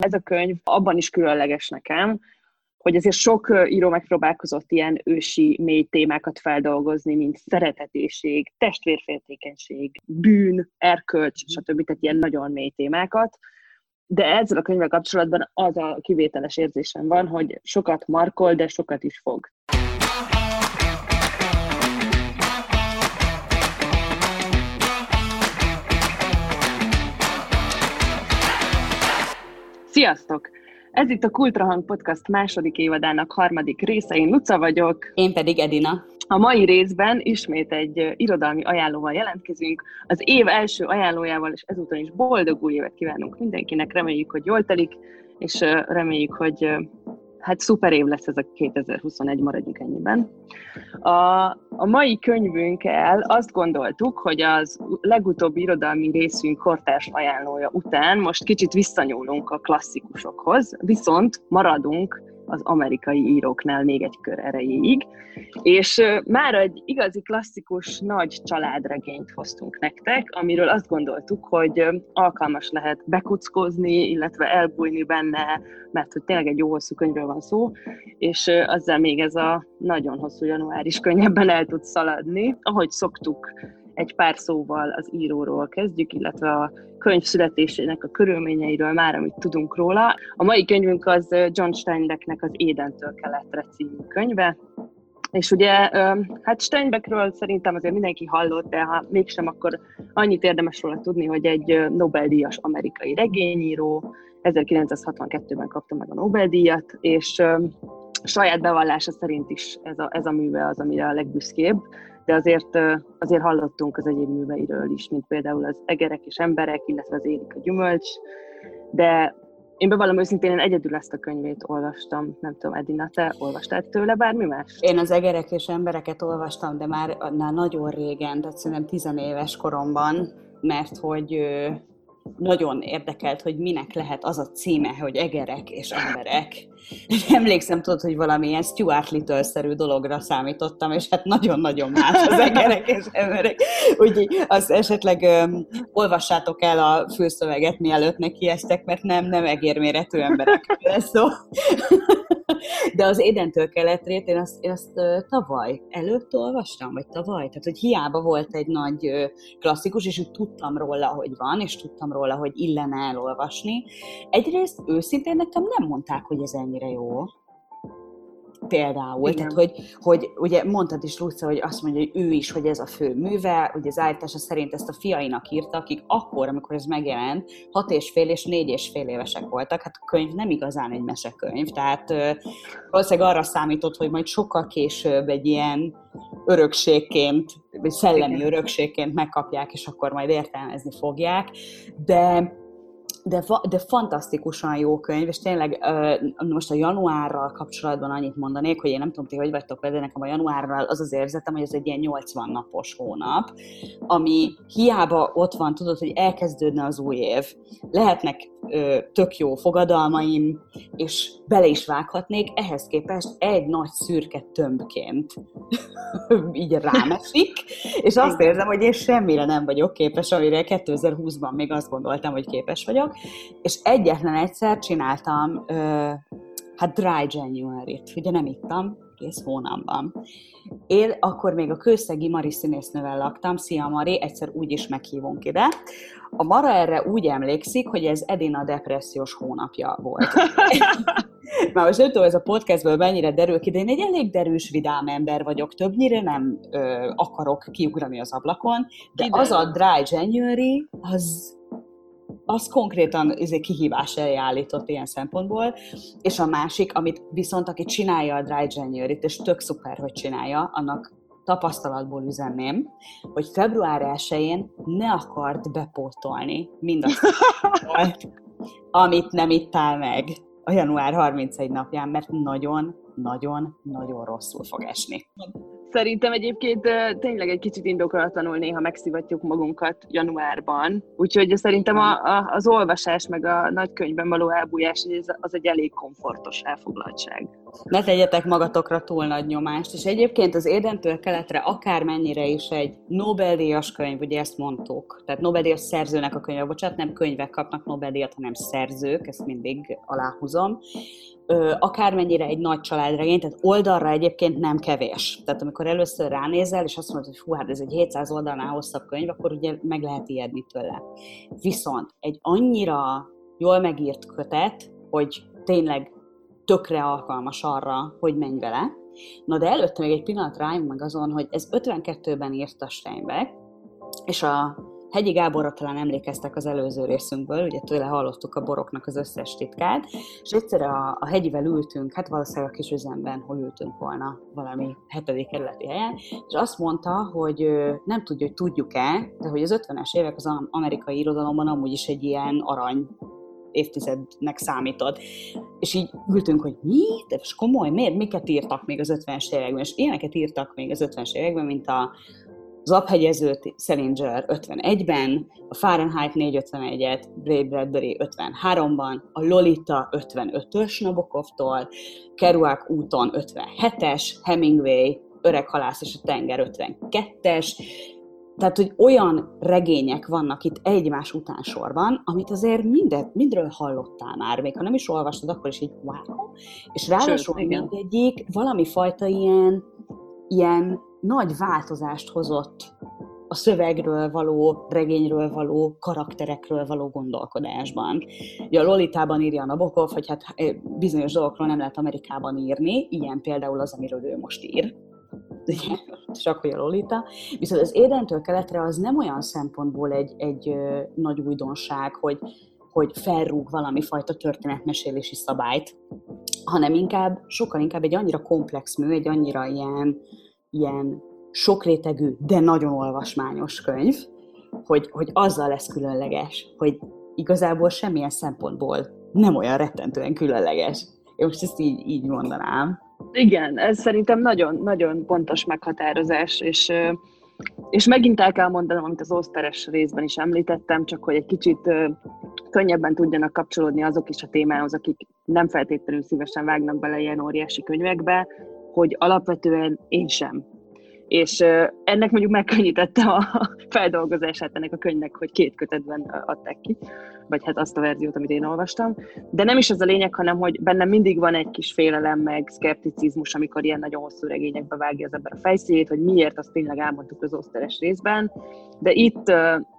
ez a könyv abban is különleges nekem, hogy azért sok író megpróbálkozott ilyen ősi mély témákat feldolgozni, mint szeretetéség, testvérféltékenység, bűn, erkölcs, stb. Tehát ilyen nagyon mély témákat. De ezzel a könyvvel kapcsolatban az a kivételes érzésem van, hogy sokat markol, de sokat is fog. Sziasztok! Ez itt a Kultrahang Podcast második évadának harmadik része. Én Luca vagyok. Én pedig Edina. A mai részben ismét egy irodalmi ajánlóval jelentkezünk. Az év első ajánlójával, és ezúton is boldog új évet kívánunk mindenkinek. Reméljük, hogy jól telik, és reméljük, hogy szuper év lesz ez a 2021, maradjunk ennyiben. A mai könyvünkkel azt gondoltuk, hogy az legutóbbi irodalmi részünk kortárs ajánlója után most kicsit visszanyúlunk a klasszikusokhoz, viszont maradunk az amerikai íróknál még egy kör erejéig, és már egy igazi klasszikus nagy családregényt hoztunk nektek, amiről azt gondoltuk, hogy alkalmas lehet bekuckózni, illetve elbújni benne, mert hogy tényleg egy jó hosszú könyvről van szó, és azzal még ez a nagyon hosszú január is könnyebben el tud szaladni. Ahogy szoktuk, egy pár szóval az íróról kezdjük, illetve a könyv születésének a körülményeiről már, amit tudunk róla. A mai könyvünk az John Steinbecknek az Édentől keletre című könyve. És ugye, hát Steinbeckről szerintem azért mindenki hallott, de ha mégsem, akkor annyit érdemes róla tudni, hogy egy Nobel-díjas amerikai regényíró, 1962-ben kapta meg a Nobel-díjat, és saját bevallása szerint is ez a műve az, amire a legbüszkébb, de azért hallottunk az egyéb műveiről is, mint például az Egerek és emberek, illetve az Érik a gyümölcs, de én bevallom őszintén, én egyedül ezt a könyvét olvastam. Nem tudom, Edina, te olvastál tőle bármi más? Én az Egerek és embereket olvastam, de már nagyon régen, tehát szerintem 10 éves koromban, mert hogy nagyon érdekelt, hogy minek lehet az a címe, hogy Egerek és emberek. Emlékszem, tudod, hogy valamilyen Stuart Little-szerű dologra számítottam, és hát nagyon-nagyon más az Egerek és emberek. Úgyhogy azt esetleg olvassátok el a fülszöveget, mielőtt nekiestek, mert nem egérméretű emberek lesz szó. De az Édentől keletrét én azt tavaly előtt olvastam, vagy tavaly? Tehát, hogy hiába volt egy nagy klasszikus, és úgy tudtam róla, hogy van, és tudtam róla, hogy illene elolvasni. Egyrészt őszintén nekem nem mondták, hogy ez ennyire jó. Például, igen. Tehát, hogy ugye mondtad is, Luca, hogy azt mondja, hogy ő is, hogy ez a fő műve, ugye az állítása szerint ezt a fiainak írta, akik akkor, amikor ez megjelent, 6,5 és 4,5 évesek voltak, hát a könyv nem igazán egy mesekönyv, tehát valószínűleg arra számított, hogy majd sokkal később egy ilyen örökségként, vagy szellemi örökségként megkapják, és akkor majd értelmezni fogják, de fantasztikusan jó könyv, és tényleg most a januárral kapcsolatban annyit mondanék, hogy én nem tudom, ti hogy vagytok vele, de nekem a januárral az az érzetem, hogy ez egy ilyen 80 napos hónap, ami hiába ott van, tudod, hogy elkezdődne az új év, lehetnek tök jó fogadalmaim, és bele is vághatnék, ehhez képest egy nagy szürke tömbként így rámesik, és azt érzem, hogy én semmire nem vagyok képes, amire 2020-ban még azt gondoltam, hogy képes vagyok, és egyetlen egyszer csináltam Dry January-t, ugye nem ittam, kész hónapban. Én akkor még a Kőszegi Mari színésznővel laktam, szia Mari, egyszer úgy is meghívunk ide. A Mara erre úgy emlékszik, hogy ez Edina depressziós hónapja volt. Már most nem tudom, ez a podcastből mennyire derül ki, de én egy elég derűs, vidám ember vagyok, többnyire nem akarok kiugrani az ablakon, de az a Dry January, az konkrétan kihívás elé állított ilyen szempontból, és a másik, amit viszont aki csinálja a Dry January-t, és tök szuper, hogy csinálja, annak tapasztalatból üzenném, hogy február 1-én ne akard bepótolni mindazt, amit nem ittál meg a január 31 napján, mert nagyon-nagyon rosszul fog esni. Szerintem egyébként tényleg egy kicsit indokolatlanul néha megszivatjuk magunkat januárban, úgyhogy szerintem az olvasás meg a nagykönyvben való elbújás az egy elég komfortos elfoglaltság. Ne tegyetek magatokra túl nagy nyomást, és egyébként az Édentől keletre akármennyire is egy Nobel-díjas könyv, ugye ezt mondtuk, tehát Nobel-díjas szerzőnek a könyve, bocsánat, nem könyvek kapnak Nobel-díjat, hanem szerzők, ezt mindig aláhúzom, akármennyire egy nagy családregény, tehát oldalra egyébként nem kevés. Tehát amikor először ránézel, és azt mondod, hogy hú, hát ez egy 700 oldalnál hosszabb könyv, akkor ugye meg lehet ijedni tőle. Viszont egy annyira jól megírt kötet, hogy tényleg tökre alkalmas arra, hogy menj vele. Na de előtte még egy pillanat rájunk meg azon, hogy ez 52-ben írta Steinbeck, és a Hegyi Gáborra talán emlékeztek az előző részünkből, ugye tőle hallottuk a boroknak az összes titkát, és egyszer a Hegyivel ültünk, hát valószínűleg a Kisüzemben, hol ültünk volna, valami 7. kerületi helyen, és azt mondta, hogy nem tudja, hogy tudjuk-e, de hogy az 50-es évek az amerikai irodalomban amúgy is egy ilyen arany évtizednek számított. És így ültünk, hogy mi? De most komoly, miért? Miket írtak még az 50-es években? És ilyeneket írtak még az 50-es években, mint az Aphegyezőt Salinger 51-ben, a Fahrenheit 451-et Ray Bradbury 53-ban, a Lolita 55-ös Nabokovtól, Kerouac úton 57-es, Hemingway Öreg halász és a tenger 52-es, tehát, hogy olyan regények vannak itt egymás után sorban, amit azért mindről hallottál már, még ha nem is olvastad, akkor is így wow. És ráadásul mindegyik valami fajta ilyen nagy változást hozott a szövegről való, regényről való, karakterekről való gondolkodásban. Ugye a Lolitában írja a Nabokov, hogy hát bizonyos dolgokról nem lehet Amerikában írni, ilyen például az, amiről ő most ír. Csak hogy a Lolita. Viszont az Édentől keletre az nem olyan szempontból egy nagy újdonság, hogy felrúg valami fajta történetmesélési szabályt, hanem sokkal inkább egy annyira komplex mű, egy annyira ilyen sokrétegű, de nagyon olvasmányos könyv, hogy azzal lesz különleges, hogy igazából semmilyen szempontból nem olyan rettentően különleges. Én most ezt így mondanám. Igen, ez szerintem nagyon pontos meghatározás, és megint el kell mondanom, amit az Oszteres részben is említettem, csak hogy egy kicsit könnyebben tudjanak kapcsolódni azok is a témához, akik nem feltétlenül szívesen vágnak bele ilyen óriási könyvekbe, hogy alapvetően én sem. És ennek mondjuk megkönnyítette a feldolgozását ennek a könyvnek, hogy 2 kötetben adták ki, vagy hát azt a verziót, amit én olvastam. De nem is ez a lényeg, hanem hogy bennem mindig van egy kis félelem, meg szkepticizmus, amikor ilyen nagyon hosszú regényekbe vágja az ember a fejszéjét, hogy miért, azt tényleg elmondtuk az Oszteres részben. De itt,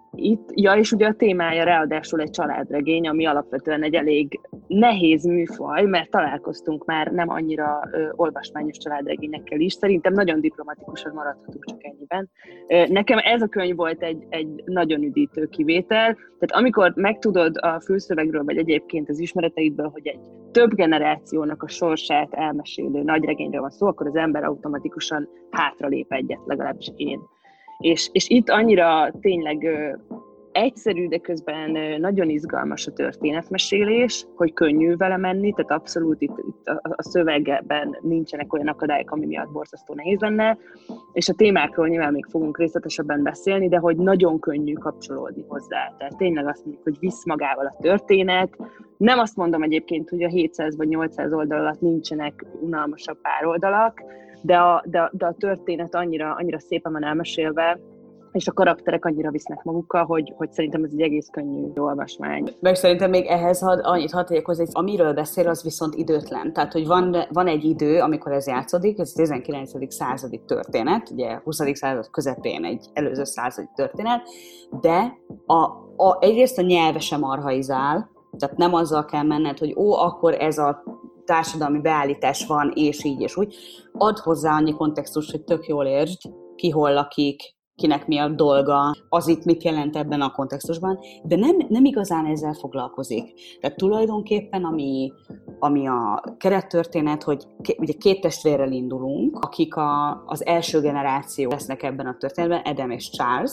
és ugye a témája ráadásul egy családregény, ami alapvetően egy elég nehéz műfaj, mert találkoztunk már nem annyira olvasmányos családregényekkel is. Szerintem nagyon diplomatikusan maradhatunk csak ennyiben. Nekem ez a könyv volt egy nagyon üdítő kivétel, tehát amikor megtudod a fülszövegről, vagy egyébként az ismereteidből, hogy egy több generációnak a sorsát elmesélő nagyregényről van szó, akkor az ember automatikusan hátralép egyet, legalábbis én. És itt annyira tényleg egyszerű, de közben nagyon izgalmas a történetmesélés, hogy könnyű vele menni, tehát abszolút itt a szövegben nincsenek olyan akadályok, ami miatt borzasztó nehéz lenne, és a témákról nyilván még fogunk részletesebben beszélni, de hogy nagyon könnyű kapcsolódni hozzá. Tehát tényleg azt mondjuk, hogy visz magával a történet. Nem azt mondom egyébként, hogy a 700 vagy 800 oldal alatt nincsenek unalmasabb pároldalak, de a történet annyira szépen van elmesélve, és a karakterek annyira visznek magukkal, hogy szerintem ez egy egész könnyű olvasmány. Meg szerintem még ehhez annyit hadd tegyek hozzá, hogy amiről beszél, az viszont időtlen. Tehát, hogy van egy idő, amikor ez játszódik, ez a 19. századi történet, ugye 20. század közepén egy előző századi történet, de egyrészt a nyelve sem arhaizál, tehát nem azzal kell menned, hogy akkor ez a társadalmi beállítás van, és így és úgy. Ad hozzá annyi kontextust, hogy tök jól értsd, ki hol lakik, kinek mi a dolga, az itt mit jelent ebben a kontextusban, de nem igazán ezzel foglalkozik. Tehát tulajdonképpen, ami a kerettörténet, hogy ugye 2 testvérrel indulunk, akik az első generáció lesznek ebben a történetben, Adam és Charles,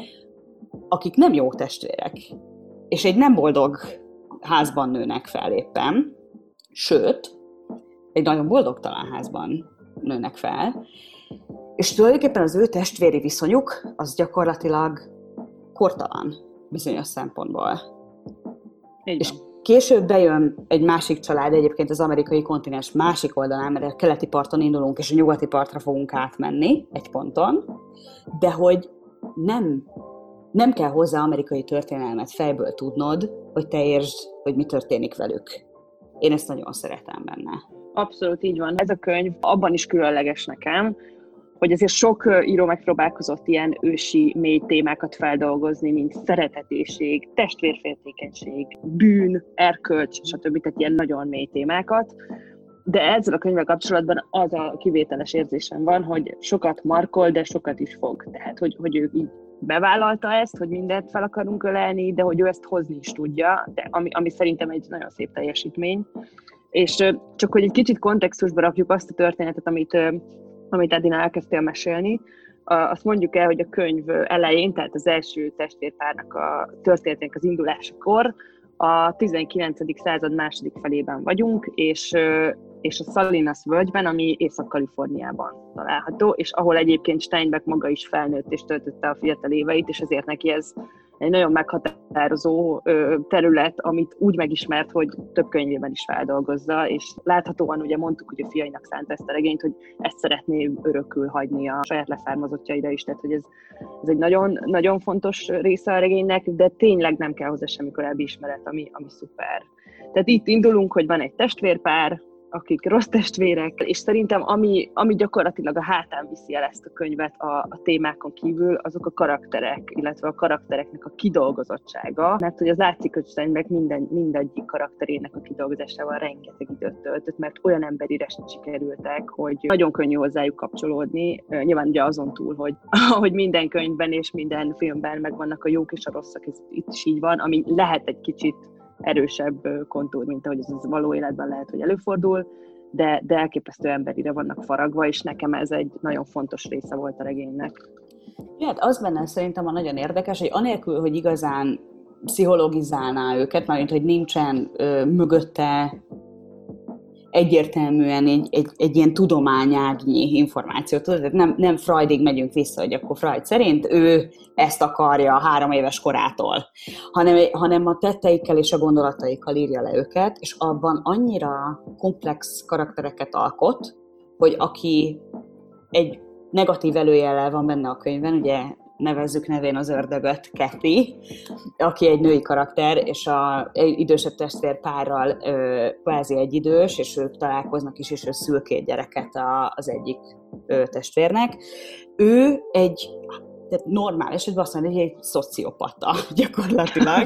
akik nem jó testvérek, és egy nem boldog házban nőnek fel éppen, sőt, egy nagyon boldogtalan házban nőnek fel, és tulajdonképpen az ő testvéri viszonyuk az gyakorlatilag kortalan bizonyos szempontból. Később bejön egy másik család, egyébként az amerikai kontinens másik oldalán, mert a keleti parton indulunk, és a nyugati partra fogunk átmenni egy ponton, de hogy nem kell hozzá amerikai történelmet fejből tudnod, hogy te értsd, hogy mi történik velük. Én ezt nagyon szeretem benne. Abszolút így van. Ez a könyv abban is különleges nekem, hogy azért sok író megpróbálkozott ilyen ősi, mély témákat feldolgozni, mint szeretetéség, testvérféltékenység, bűn, erkölcs, stb. Tehát ilyen nagyon mély témákat. De ezzel a könyvvel kapcsolatban az a kivételes érzésem van, hogy sokat markol, de sokat is fog. Tehát, hogy ő így bevállalta ezt, hogy mindent fel akarunk ölelni, de hogy ő ezt hozni is tudja, de ami szerintem egy nagyon szép teljesítmény. És csak hogy egy kicsit kontextusba rakjuk azt a történetet, amit Edina elkezdtél mesélni, azt mondjuk el, hogy a könyv elején, tehát az első testvérpárnak a történetének az indulásakor a 19. század második felében vagyunk, és a Salinas völgyben, ami Észak-Kaliforniában található, és ahol egyébként Steinbeck maga is felnőtt és töltötte a fiatal éveit, és ezért neki ez egy nagyon meghatározó terület, amit úgy megismert, hogy több könyvében is feldolgozza, és láthatóan ugye mondtuk, hogy a fiainak szánta ezt a regényt, hogy ezt szeretné örökül hagyni a saját leszármazottjaira is, tehát hogy ez egy nagyon, nagyon fontos része a regénynek, de tényleg nem kell hozzá semmi korábbi ismeret, ami szuper. Tehát itt indulunk, hogy van egy testvérpár, akik rossz testvérek, és szerintem ami gyakorlatilag a hátán viszi el ezt a könyvet a témákon kívül, azok a karakterek, illetve a karaktereknek a kidolgozottsága, mert hogy az látszik, hogy Steinbeck mindegyik karakterének a kidolgozásával rengeteg időt töltött, mert olyan emberire sikerültek, hogy nagyon könnyű hozzájuk kapcsolódni, nyilván ugye azon túl, hogy minden könyvben és minden filmben megvannak a jók és a rosszak, ez itt is így van, ami lehet egy kicsit erősebb kontúr, mint ahogy ez való életben lehet, hogy előfordul, de elképesztő emberire vannak faragva, és nekem ez egy nagyon fontos része volt a regénynek. Hát az benne szerintem a nagyon érdekes, hogy anélkül, hogy igazán pszichologizálná őket, mármint, hogy nincsen mögötte egyértelműen egy ilyen tudományágnyi információt. Tehát nem Freudig megyünk vissza, hogy akkor Freud szerint ő ezt akarja 3 éves korától, hanem a tetteikkel és a gondolataikkal írja le őket, és abban annyira komplex karaktereket alkot, hogy aki egy negatív előjellel van benne a könyvben, ugye nevezzük nevén az ördögöt, Kathy, aki egy női karakter, és egy idősebb testvérpárral kvázi egyidős, és ők találkoznak is, és ő szül 2 gyereket az egyik testvérnek. Ő tehát normál esetben azt mondja, hogy egy szociopata gyakorlatilag,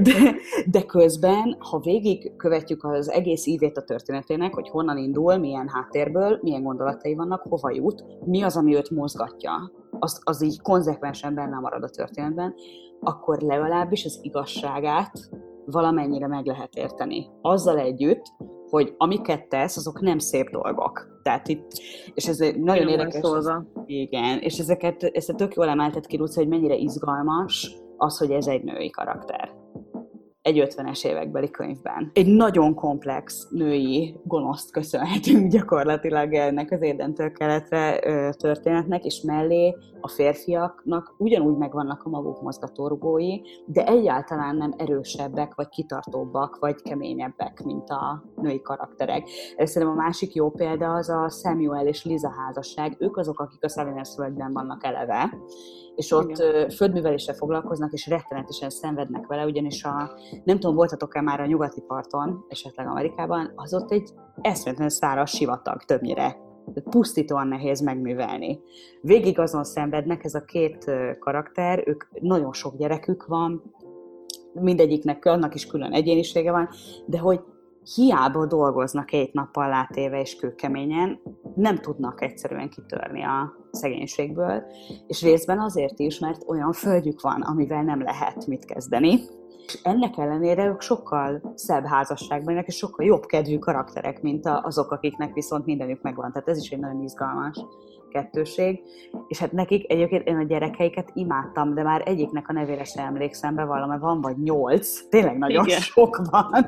de közben, ha végig követjük az egész ívét a történetének, hogy honnan indul, milyen háttérből, milyen gondolatai vannak, hova jut, mi az, ami őt mozgatja, az így konzekvensen benne marad a történetben, akkor legalábbis az igazságát valamennyire meg lehet érteni. Azzal együtt, hogy amiket tesz, azok nem szép dolgok. Tehát itt, és ez nagyon érdekes. Igen, és ezt tök jól emeltet ki, Luca, hogy mennyire izgalmas az, hogy ez egy női karakter. Egy 50-es évekbeli könyvben. Egy nagyon komplex női gonoszt köszönhetünk gyakorlatilag ennek az Édentől keletre történetnek, és mellé a férfiaknak ugyanúgy megvannak a maguk mozgatórugói, de egyáltalán nem erősebbek, vagy kitartóbbak, vagy keményebbek, mint a női karakterek. Szerintem a másik jó példa az a Samuel és Liza házasság. Ők azok, akik a Salinas völgyben vannak eleve, és ott földműveléssel foglalkoznak, és rettenetesen szenvednek vele, ugyanis nem tudom, voltatok-e már a nyugati parton, esetleg Amerikában, az ott egy eszméletlen száraz sivatag többnyire. Pusztítóan nehéz megművelni. Végig azon szenvednek ez a 2 karakter, ők nagyon sok gyerekük van, mindegyiknek annak is külön egyénisége van, de hogy hiába dolgoznak 2 nappal látéve és kőkeményen, nem tudnak egyszerűen kitörni a szegénységből, és részben azért is, mert olyan földjük van, amivel nem lehet mit kezdeni. És ennek ellenére ők sokkal szebb házasságban élnek, és sokkal jobb kedvű karakterek, mint azok, akiknek viszont mindenük megvan. Tehát ez is egy nagyon izgalmas kettőség. És hát nekik egyébként én a gyerekeiket imádtam, de már egyiknek a nevére sem emlékszem, bevallom, van vagy 8, tényleg nagyon sok van.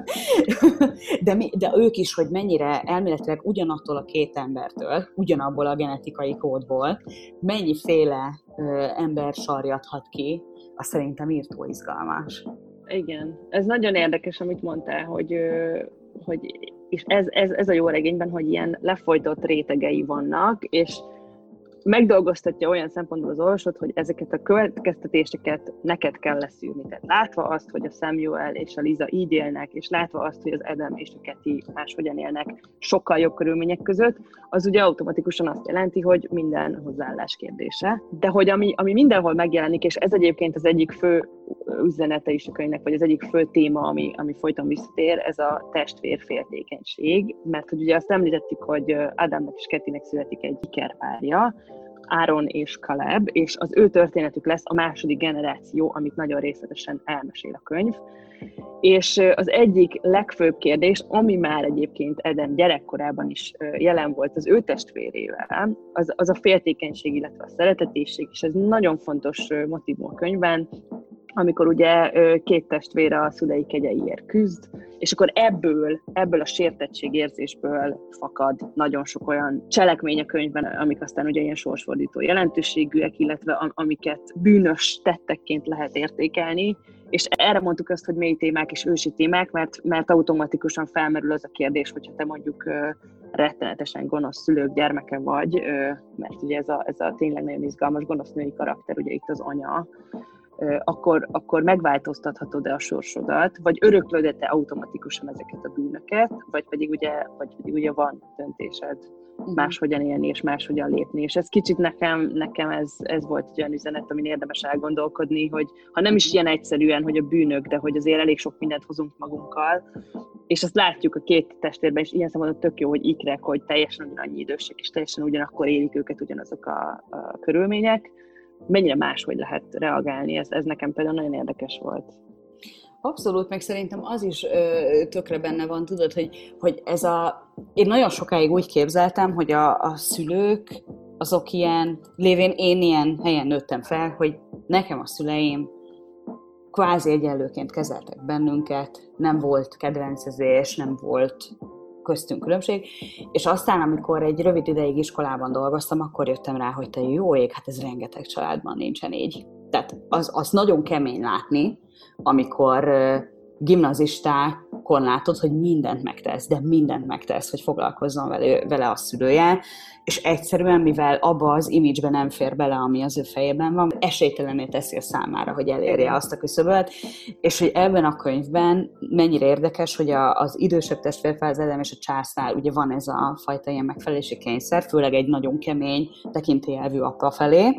De ők is, hogy mennyire elméletileg ugyanattól a 2 embertől, ugyanabból a genetikai kódból, mennyiféle ember sarjadhat ki, az szerintem írtó izgalmas. Igen, ez nagyon érdekes, amit mondtál, hogy és ez a jó regényben, hogy ilyen lefolytott rétegei vannak, és megdolgoztatja olyan szempontból az olvasót, hogy ezeket a következtetéseket neked kell leszűrni. Tehát látva azt, hogy a Samuel és a Liza így élnek, és látva azt, hogy az Adam és a Katie máshogyan élnek sokkal jobb körülmények között, az ugye automatikusan azt jelenti, hogy minden hozzáállás kérdése. De hogy ami mindenhol megjelenik, és ez egyébként az egyik fő üzenete is a könyvnek, vagy az egyik fő téma, ami folyton visszatér, ez a testvérféltékenység, mert hogy ugye azt említettük, hogy Adamnak és Katie-nek születik egy ikerpárja, Áron és Caleb, és az ő történetük lesz a második generáció, amit nagyon részletesen elmesél a könyv. És az egyik legfőbb kérdés, ami már egyébként Adam gyerekkorában is jelen volt az ő testvérével, az a féltékenység, illetve a szeretetésség, és ez nagyon fontos motívum a könyvben, amikor ugye két testvére a szülei kegyeiért küzd, és akkor ebből a sértettségérzésből fakad nagyon sok olyan cselekmény a könyvben, amik aztán ugye ilyen sorsfordító jelentőségűek, illetve amiket bűnös tettekként lehet értékelni, és erre mondtuk azt, hogy mély témák és ősi témák, mert automatikusan felmerül az a kérdés, hogyha te mondjuk rettenetesen gonosz szülők gyermeke vagy, mert ugye ez a tényleg nagyon izgalmas gonosz női karakter, ugye itt az anya, akkor megváltoztathatod-e a sorsodat, vagy öröklöd-e automatikusan ezeket a bűnöket, vagy pedig ugye van döntésed máshogyan élni és máshogyan lépni. És ez kicsit nekem ez volt egy olyan üzenet, amin érdemes elgondolkodni, hogy ha nem is ilyen egyszerűen, hogy a bűnök, de hogy azért elég sok mindent hozunk magunkkal, és azt látjuk a két testvérben, és ilyen szempontból tök jó, hogy ikrek, hogy teljesen ugyanannyi idősek, és teljesen ugyanakkor élik őket ugyanazok a körülmények, mennyire máshogy lehet reagálni, ez nekem például nagyon érdekes volt. Abszolút, meg szerintem az is tökre benne van, tudod, hogy ez én nagyon sokáig úgy képzeltem, hogy a szülők azok ilyen, lévén én ilyen helyen nőttem fel, hogy nekem a szüleim kvázi egyenlőként kezeltek bennünket, nem volt kedvencezés, nem volt köztünk különbség, és aztán, amikor egy rövid ideig iskolában dolgoztam, akkor jöttem rá, hogy te jó ég, hát ez rengeteg családban nincsen így. Tehát az nagyon kemény látni, amikor gimnazistákon látod, hogy mindent megtesz, hogy foglalkozzon vele a szülője, és egyszerűen, mivel abba az image-be nem fér bele, ami az ő fejében van, esélytelenné teszi a számára, hogy elérje azt a küszöböt, és hogy ebben a könyvben mennyire érdekes, hogy az idősebb testvérfál, az Adam és a Charlesnál ugye van ez a fajta ilyen megfelelési kényszer, főleg egy nagyon kemény, tekintélyelvű apa felé,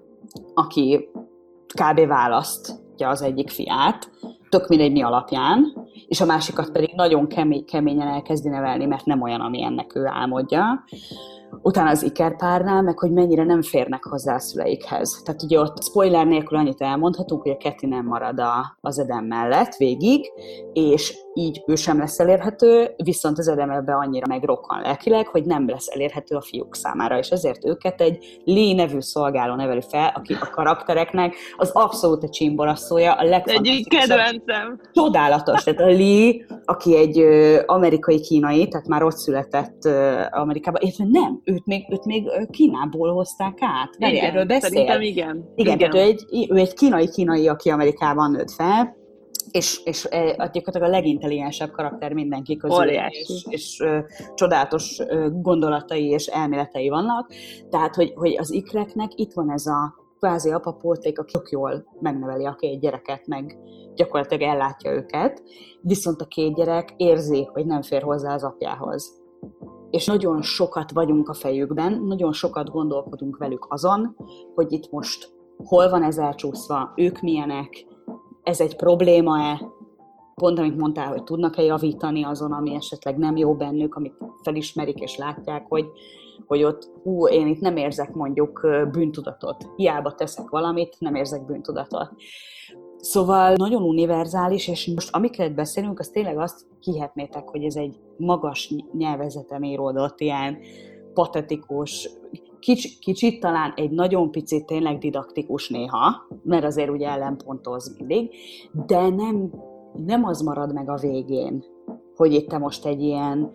aki kb. Választja az egyik fiát, tök mindegy mi alapján, és a másikat pedig nagyon keményen elkezdi nevelni, mert nem olyan, ami ennek ő álmodja. Utána az ikerpárnál, meg hogy mennyire nem férnek hozzá a szüleikhez. Tehát ugye ott spoiler nélkül annyit elmondhatunk, hogy a Katie nem marad az Adam mellett végig, és így ő sem lesz elérhető, viszont az Adam ebben annyira megrokkan lelkileg, hogy nem lesz elérhető a fiúk számára, és ezért őket egy Lee nevű szolgáló neveli fel, aki a karaktereknek az abszolút a csimboraszója, a legfantasztikusabb. Egyik kedvencem. Csodálatos. Tehát a Lee, aki egy amerikai kínai, tehát már ott született Amerikában, illetve nem, őt még Kínából hozták át. Igen, erről beszél. Szerintem igen. Tehát ő egy kínai, aki Amerikában nőtt fel, és gyakorlatilag a legintelligensebb karakter mindenki közül, és csodálatos gondolatai és elméletei vannak. Tehát, hogy az ikreknek itt van ez a kvázi apapóték, aki jól megneveli a két gyereket, meg gyakorlatilag ellátja őket, viszont a két gyerek érzi, hogy nem fér hozzá az apjához. És nagyon sokat vagyunk a fejükben, nagyon sokat gondolkodunk velük azon, hogy itt most hol van ez elcsúszva, ők milyenek, ez egy probléma-e, pont amit mondtál, hogy tudnak-e javítani azon, ami esetleg nem jó bennük, amit felismerik és látják, hogy ott én itt nem érzek mondjuk bűntudatot. Hiába teszek valamit, nem érzek bűntudatot. Szóval nagyon univerzális, és most amiket beszélünk, az tényleg azt hihetnétek, hogy ez egy magas nyelvezeten íródott, ilyen patetikus, kicsit talán egy nagyon picit tényleg didaktikus néha, mert azért ugye ellenpontoz mindig, de nem az marad meg a végén, hogy itt te most egy ilyen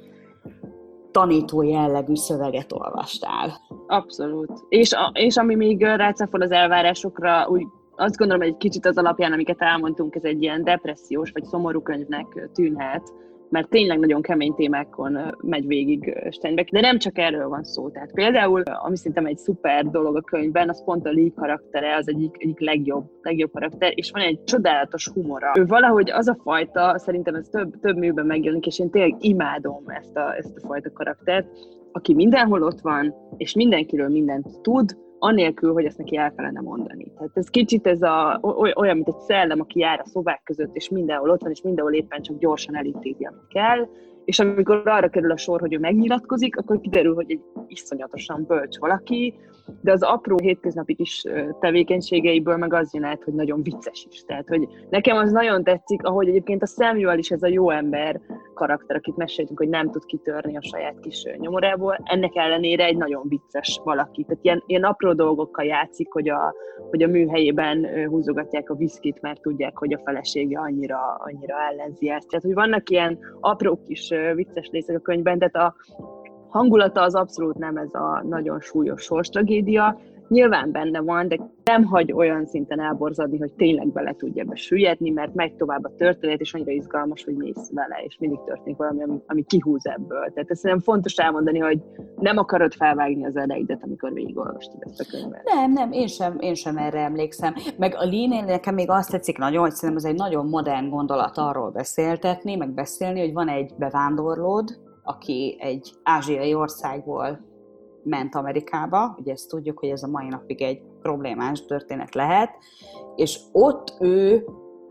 tanító jellegű szöveget olvastál. Abszolút. És ami még rácáfol az elvárásokra, úgy azt gondolom, hogy egy kicsit az alapján, amiket elmondtunk, ez egy ilyen depressziós vagy szomorú könyvnek tűnhet, mert tényleg nagyon kemény témákon megy végig Steinbeck, de nem csak erről van szó. Tehát például, ami szerintem egy szuper dolog a könyvben, az pont a Lee karaktere, az egyik legjobb karakter, és van egy csodálatos humora. Ő valahogy az a fajta, szerintem ez több műben megjelenik, és én tényleg imádom ezt a fajta karaktert, aki mindenhol ott van, és mindenkiről mindent tud, anélkül, hogy ezt neki el kellene mondani. Tehát ez kicsit olyan, mint egy szellem, aki jár a szobák között, és mindenhol ott van, és mindenhol éppen csak gyorsan elintézi, amit kell, és amikor arra kerül a sor, hogy ő megnyilatkozik, akkor kiderül, hogy egy iszonyatosan bölcs valaki, de az apró hétköznapi kis tevékenységeiből meg az jön át, hogy nagyon vicces is. Tehát, hogy nekem az nagyon tetszik, ahogy egyébként a Samuel is ez a jó ember karakter, akit meséltünk, hogy nem tud kitörni a saját kis nyomorából, ennek ellenére egy nagyon vicces valaki. Tehát ilyen apró dolgokkal játszik, hogy a műhelyében húzogatják a viszkit, mert tudják, hogy a felesége annyira ellenzi ezt. Tehát, hogy vannak ilyen apró kis vicces részek a könyvben, tehát a hangulata az abszolút nem ez a nagyon súlyos sorstragédia. Nyilván benne van, de nem hagy olyan szinten elborzadni, hogy tényleg bele tudja ebbe süllyedni, mert megy tovább a történet, és annyira izgalmas, hogy mész vele, és mindig történik valami, ami kihúz ebből. Tehát ezt nem fontos elmondani, hogy nem akarod felvágni az ereidet, amikor végigolvastad ezt a könyvet. Nem, én sem erre emlékszem. Meg a Lee-nél nekem még azt tetszik nagyon, hogy szerintem ez egy nagyon modern gondolat arról beszéltetni, meg beszélni, hogy van egy bevándorlód, aki egy ázsiai országból ment Amerikába, ugye ezt tudjuk, hogy ez a mai napig egy problémás történet lehet, és ott ő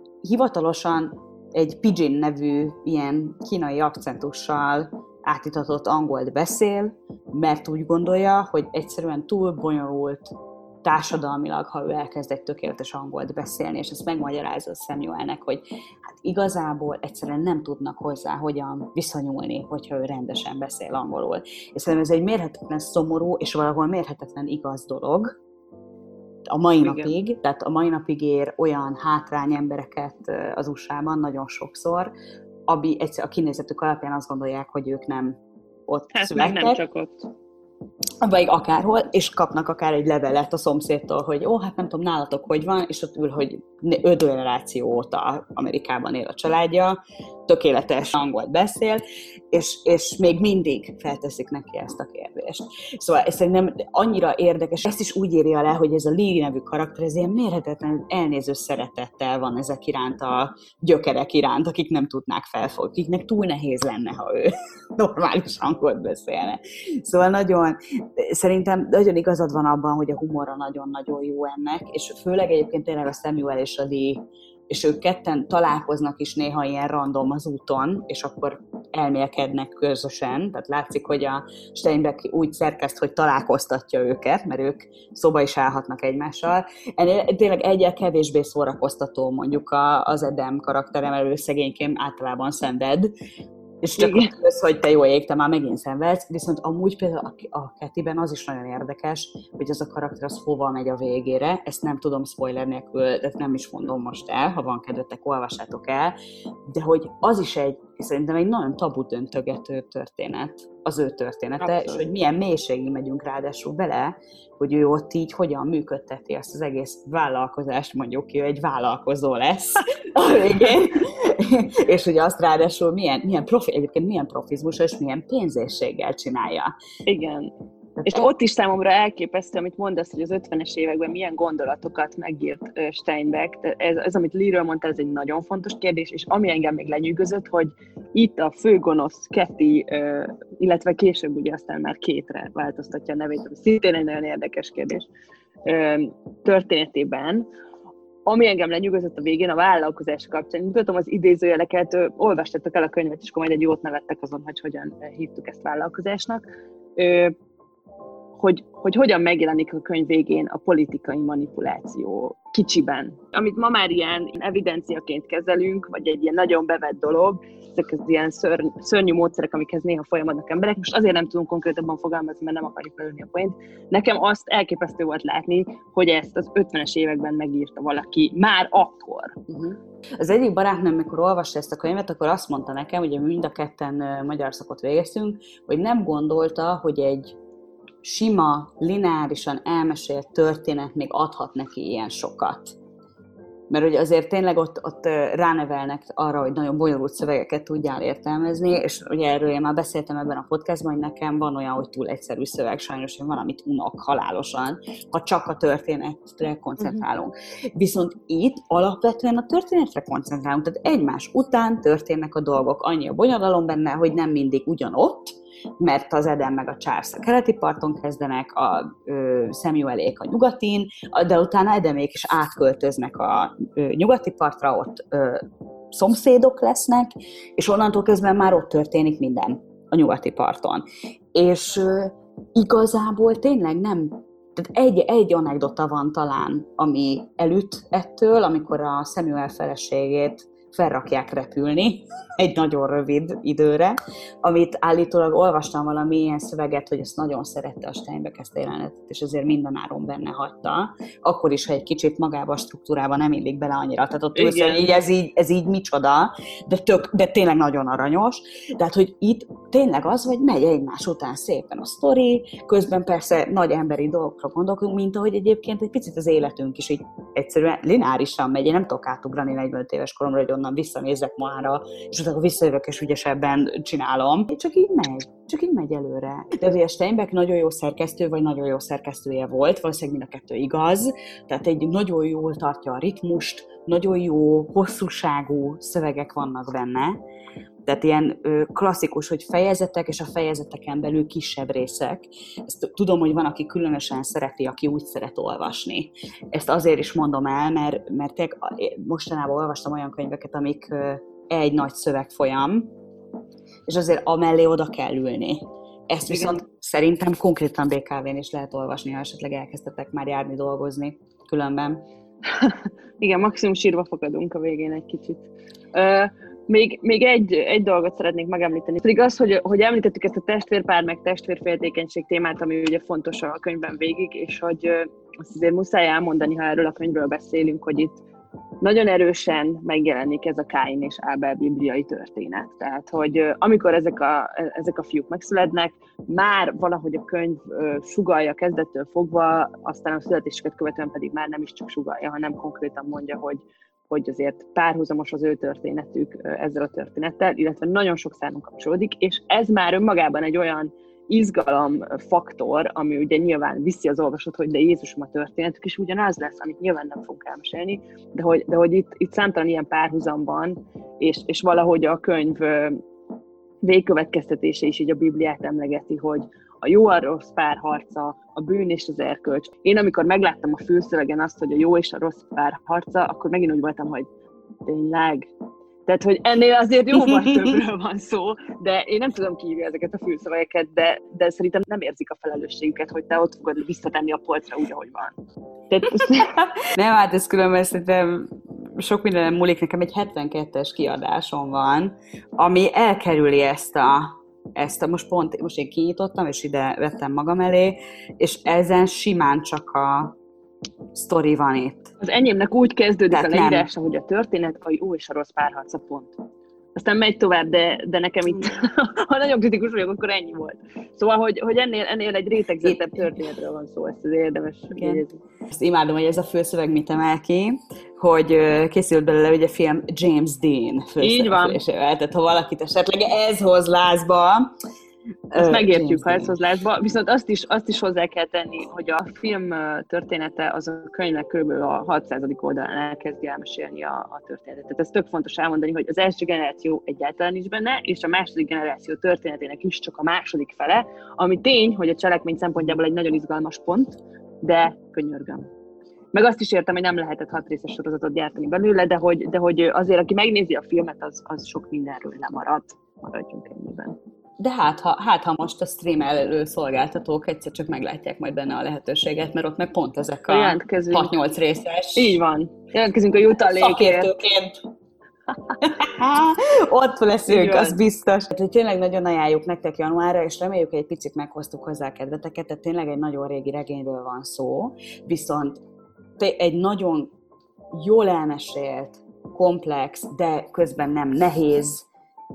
hivatalosan egy pidgin nevű ilyen kínai akcentussal átitatott angolt beszél, mert úgy gondolja, hogy egyszerűen túl bonyolult társadalmilag, ha ő elkezd egy tökéletes angolt beszélni, és ezt megmagyarázza Samuelnek, hogy hát igazából egyszerűen nem tudnak hozzá hogyan viszonyulni, hogyha ő rendesen beszél angolul. És szerintem ez egy mérhetetlen szomorú, és valahol mérhetetlen igaz dolog a mai napig, tehát a mai napig ér olyan hátrány embereket az USA-ban nagyon sokszor, ami egyszer a kinézetük alapján azt gondolják, hogy ők nem ott születtek. Nem csak ott. Vagy akárhol, és kapnak akár egy levelet a szomszédtól, hogy hát nem tudom, nálatok hogy van, és ott ül, hogy 5 generáció óta Amerikában él a családja, tökéletes angolt beszél, és még mindig felteszik neki ezt a kérdést. Szóval ez szerintem annyira érdekes, ezt is úgy írja le, hogy ez a Lee nevű karakter, ez ilyen mérhetetlen elnéző szeretettel van ezek iránt a gyökerek iránt, akik nem tudnák felfogni, akiknek túl nehéz lenne, ha ő normális angolt beszélne. Szóval szerintem nagyon igazad van abban, hogy a humora nagyon-nagyon jó ennek, és főleg egyébként tényleg a Samuel és a Lee, és ők ketten találkoznak is néha ilyen random az úton, és akkor elmélkednek közösen, tehát látszik, hogy a Steinbeck úgy szerkeszt, hogy találkoztatja őket, mert ők szóba is állhatnak egymással. Ennél tényleg egyel kevésbé szórakoztató mondjuk az Adam karakterem, elő szegényként általában szenved, és csak az, hogy te jó ég, te már megint szenvedsz, viszont amúgy például a Cathy-ben az is nagyon érdekes, hogy az a karakter az hova megy a végére, ezt nem tudom spoiler nélkül, de nem is mondom most el, ha van kedvetek, olvassátok el, de hogy az is szerintem egy nagyon tabu döntögető történet, az ő története, abszolút. És hogy milyen mélységig megyünk ráadásul bele, hogy ő ott így hogyan működteti ezt az egész vállalkozást, mondjuk ki, ő egy vállalkozó lesz a végén, és hogy azt ráadásul milyen profizmus és milyen pénzésséggel csinálja. Igen. És ott is számomra elképesztő, amit mondasz, hogy az 50-es években milyen gondolatokat megírt Steinbeck. Ez, amit Lee-ről mondtál, ez egy nagyon fontos kérdés, és ami engem még lenyűgözött, hogy itt a főgonosz Cathy, illetve később ugye aztán már Kate-re változtatja a nevét, ami szintén egy nagyon érdekes kérdés, történetében, ami engem lenyűgözött a végén a vállalkozás kapcsán. Mutatom az idézőjeleket, olvastátok el a könyvet, és akkor majd egy jót nevettek azon, hogy hogyan hívtuk ezt vállalkozásnak. Hogy hogyan megjelenik a könyv végén a politikai manipuláció kicsiben. Amit ma már ilyen evidenciaként kezelünk, vagy egy ilyen nagyon bevett dolog, ezek az ilyen szörnyű módszerek, amikhez néha folyamodnak emberek. Most azért nem tudunk konkrétabban fogalmazni, mert nem akarjuk lelőni a point. Nekem azt elképesztő volt látni, hogy ezt az 50-es években megírta valaki már akkor. Az egyik barátnőm, amikor olvasta ezt a könyvet, akkor azt mondta nekem, ugye mind a ketten magyar szakot végeztünk, hogy nem gondolta, hogy egy sima, lineárisan elmesélt történet még adhat neki ilyen sokat. mert ugye azért tényleg ott ránevelnek arra, hogy nagyon bonyolult szövegeket tudjál értelmezni, és ugye erről én már beszéltem ebben a podcastban, hogy nekem van olyan, hogy túl egyszerű szöveg, sajnos én valamit unok halálosan, ha csak a történetre koncentrálunk. Viszont itt alapvetően a történetre koncentrálunk, tehát egymás után történnek a dolgok. Annyi a bonyodalom benne, hogy nem mindig ugyanott, mert az Eden meg a Charles a keleti parton kezdenek, a Samuelék a nyugatin, de utána Edemék is átköltöznek a nyugati partra, ott szomszédok lesznek, és onnantól kezdve már ott történik minden a nyugati parton. És igazából tényleg nem, tehát egy anekdota van talán, ami elüt ettől, amikor a Samuel feleségét felrakják repülni egy nagyon rövid időre, amit állítólag olvastam valami ilyen szöveget, hogy ezt nagyon szerette a Steinbeck ezt a jelenetet, és ezért mindenáron benne hagyta. Akkor is, ha egy kicsit magába a struktúrában nem illik bele annyira. Tehát ott így ez így micsoda, de tényleg nagyon aranyos. Tehát, hogy itt tényleg az, hogy megy egymás után szépen a sztori, közben persze nagy emberi dolgokra gondolkodunk, mint ahogy egyébként egy picit az életünk is így egyszerűen lineárisan megy. Én nem tudok átugrani 45 éves koromra, hogy onnan visszanézek mára, és utána visszajövök, és ügyesebben csinálom. Csak így megy előre. De ugye Steinbeck nagyon jó szerkesztő, vagy nagyon jó szerkesztője volt, valószínűleg mind a kettő igaz, tehát egy nagyon jól tartja a ritmust, nagyon jó, hosszúságú szövegek vannak benne, tehát ilyen klasszikus, hogy fejezetek, és a fejezeteken belül kisebb részek. Ezt tudom, hogy van, aki különösen szereti, aki úgy szeret olvasni. Ezt azért is mondom el, mert mostanában olvastam olyan könyveket, amik egy nagy szövegfolyam, és azért amellé oda kell ülni. Ezt viszont szerintem konkrétan BKV-n is lehet olvasni, ha esetleg elkezdtetek már járni, dolgozni különben. Igen, maximum sírva fogadunk a végén egy kicsit. Még egy dolgot szeretnék megemlíteni, pedig az, hogy említettük ezt a testvérpár meg testvérféltékenység témát, ami ugye fontos a könyvben végig, és hogy azt azért muszáj elmondani, ha erről a könyvről beszélünk, hogy itt nagyon erősen megjelenik ez a Káin és Ábel bibliai történet. Tehát, hogy amikor ezek a fiúk megszületnek, már valahogy a könyv sugallja kezdettől fogva, aztán a születésüket követően pedig már nem is csak sugallja, hanem konkrétan mondja, hogy azért párhuzamos az ő történetük ezzel a történettel, illetve nagyon sok számon kapcsolódik, és ez már önmagában egy olyan izgalomfaktor, ami ugye nyilván viszi az olvasót, hogy de Jézusom a történetük, és ugyanaz lesz, amit nyilván nem fogunk elmesélni, de hogy itt számtalan ilyen párhuzamban, és valahogy a könyv végkövetkeztetése is így a Bibliát emlegeti, hogy a jó a rossz pár harca, a bűn és az erkölcs. Én amikor megláttam a fülszövegen azt, hogy a jó és a rossz pár harca, akkor megint úgy voltam, hogy tényleg. Tehát, hogy ennél azért jóval többről van szó, de én nem tudom kiírni ezeket a fülszövegeket, de szerintem nem érzik a felelősségüket, hogy te ott fogod visszatenni a polcra úgy, ahogy van. Nem, hát ez különben szerintem sok mindenem múlik. Nekem egy 72-es kiadásom van, ami elkerüli ezt a most én kinyitottam, és ide vettem magam elé, és ezen simán csak a sztori van itt. Az enyémnek úgy kezdődik a leírása, hogy a történet a jó és a rossz párharca, pont. Aztán megy tovább, de nekem itt, ha nagyon kritikus vagyok, akkor ennyi volt. Szóval, hogy ennél egy rétegzettebb történetről van szó, ezt az érdemes jegyezni. Ezt imádom, hogy ez a főszöveg mit emel ki, hogy készült belőle ugye film James Dean főszereplésével. Tehát ha valakit esetleg ez hoz lázba, ezt megértjük, ha ez hoz lázba. Viszont azt is hozzá kell tenni, hogy a film története az a könyvnek kb. A 600. oldalán elkezdi elmesélni a történetet. Tehát ez tök fontos elmondani, hogy az első generáció egyáltalán nincs benne, és a második generáció történetének is csak a második fele, ami tény, hogy a cselekmény szempontjából egy nagyon izgalmas pont, de könyörgöm. Meg azt is értem, hogy nem lehetett 6 részes sorozatot gyártani belőle, de hogy azért, aki megnézi a filmet, az sok mindenről maradjunk ennyiben. De ha most a streamelő szolgáltatók egyszer csak meglátják majd benne a lehetőséget, mert ott meg pont ezek a 6-8 részes. Így van. Jelentkezünk a jutalékért. Szakértőként. Ott leszünk, az biztos. Tehát, tényleg nagyon ajánljuk nektek januárra, és reméljük, hogy egy picit meghoztuk hozzá a kedveteket, tehát tényleg egy nagyon régi regényről van szó, viszont egy nagyon jól elmesélt, komplex, de közben nem nehéz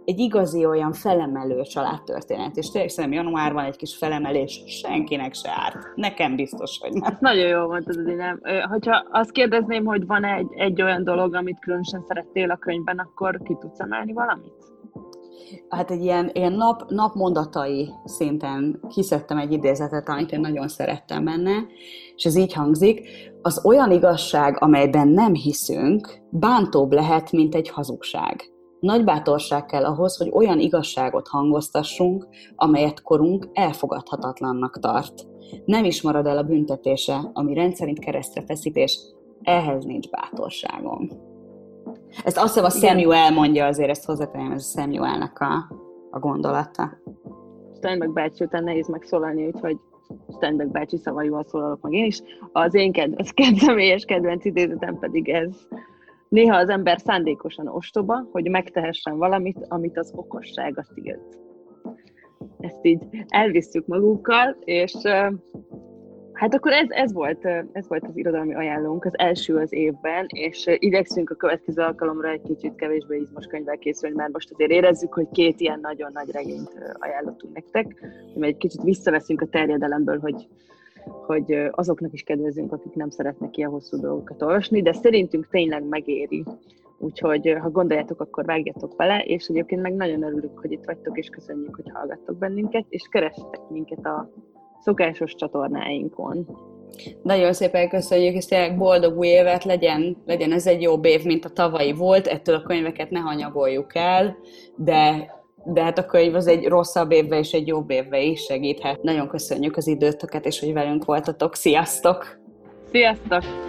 egy igazi olyan felemelő családtörténet, és tényleg szerintem januárban egy kis felemelés senkinek se árt. Nekem biztos, hogy nem. Ezt nagyon jól mondtad, Adinám. Hogyha azt kérdezném, hogy van egy olyan dolog, amit különösen szerettél a könyvben, akkor ki tudsz emelni valamit? Hát egy ilyen napmondatai szinten kiszedtem egy idézetet, amit én nagyon szerettem benne, és ez így hangzik: az olyan igazság, amelyben nem hiszünk, bántóbb lehet, mint egy hazugság. Nagy bátorság kell ahhoz, hogy olyan igazságot hangoztassunk, amelyet korunk elfogadhatatlannak tart. Nem is marad el a büntetése, ami rendszerint keresztre feszítés, ehhez nincs bátorságom. Ezt azt hiszem a Samuel mondja, azért ezt hozzátenem, ez a Samuelnek a gondolata. Steinbeck bácsi után nehéz megszólalni, úgyhogy Steinbeck bácsi szavaival szólalok meg én is. Az én személyes kedvenc idézetem pedig ez: néha az ember szándékosan ostoba, hogy megtehessen valamit, amit az okossága tilt. Ezt így elvisszük magunkkal, és hát akkor ez volt az irodalmi ajánlónk, az első az évben, és igyekszünk a következő alkalomra egy kicsit kevésbé izmos könyvvel készülni, mert most azért érezzük, hogy 2 ilyen nagyon nagy regényt ajánlottunk nektek, mert egy kicsit visszaveszünk a terjedelemből, hogy azoknak is kedvezünk, akik nem szeretnek ilyen hosszú dolgokat olvasni, de szerintünk tényleg megéri. Úgyhogy, ha gondoljátok, akkor vágjatok bele, és egyébként meg nagyon örülünk, hogy itt vagytok, és köszönjük, hogy hallgattok bennünket, és keressetek minket a szokásos csatornáinkon. Nagyon szépen köszönjük, és tényleg boldog új évet, legyen ez egy jobb év, mint a tavalyi volt, ettől a könyveket ne hanyagoljuk el, de hát a könyv az egy rosszabb évbe és egy jobb évbe is segíthet. Nagyon köszönjük az időtöket, és hogy velünk voltatok. Sziasztok! Sziasztok!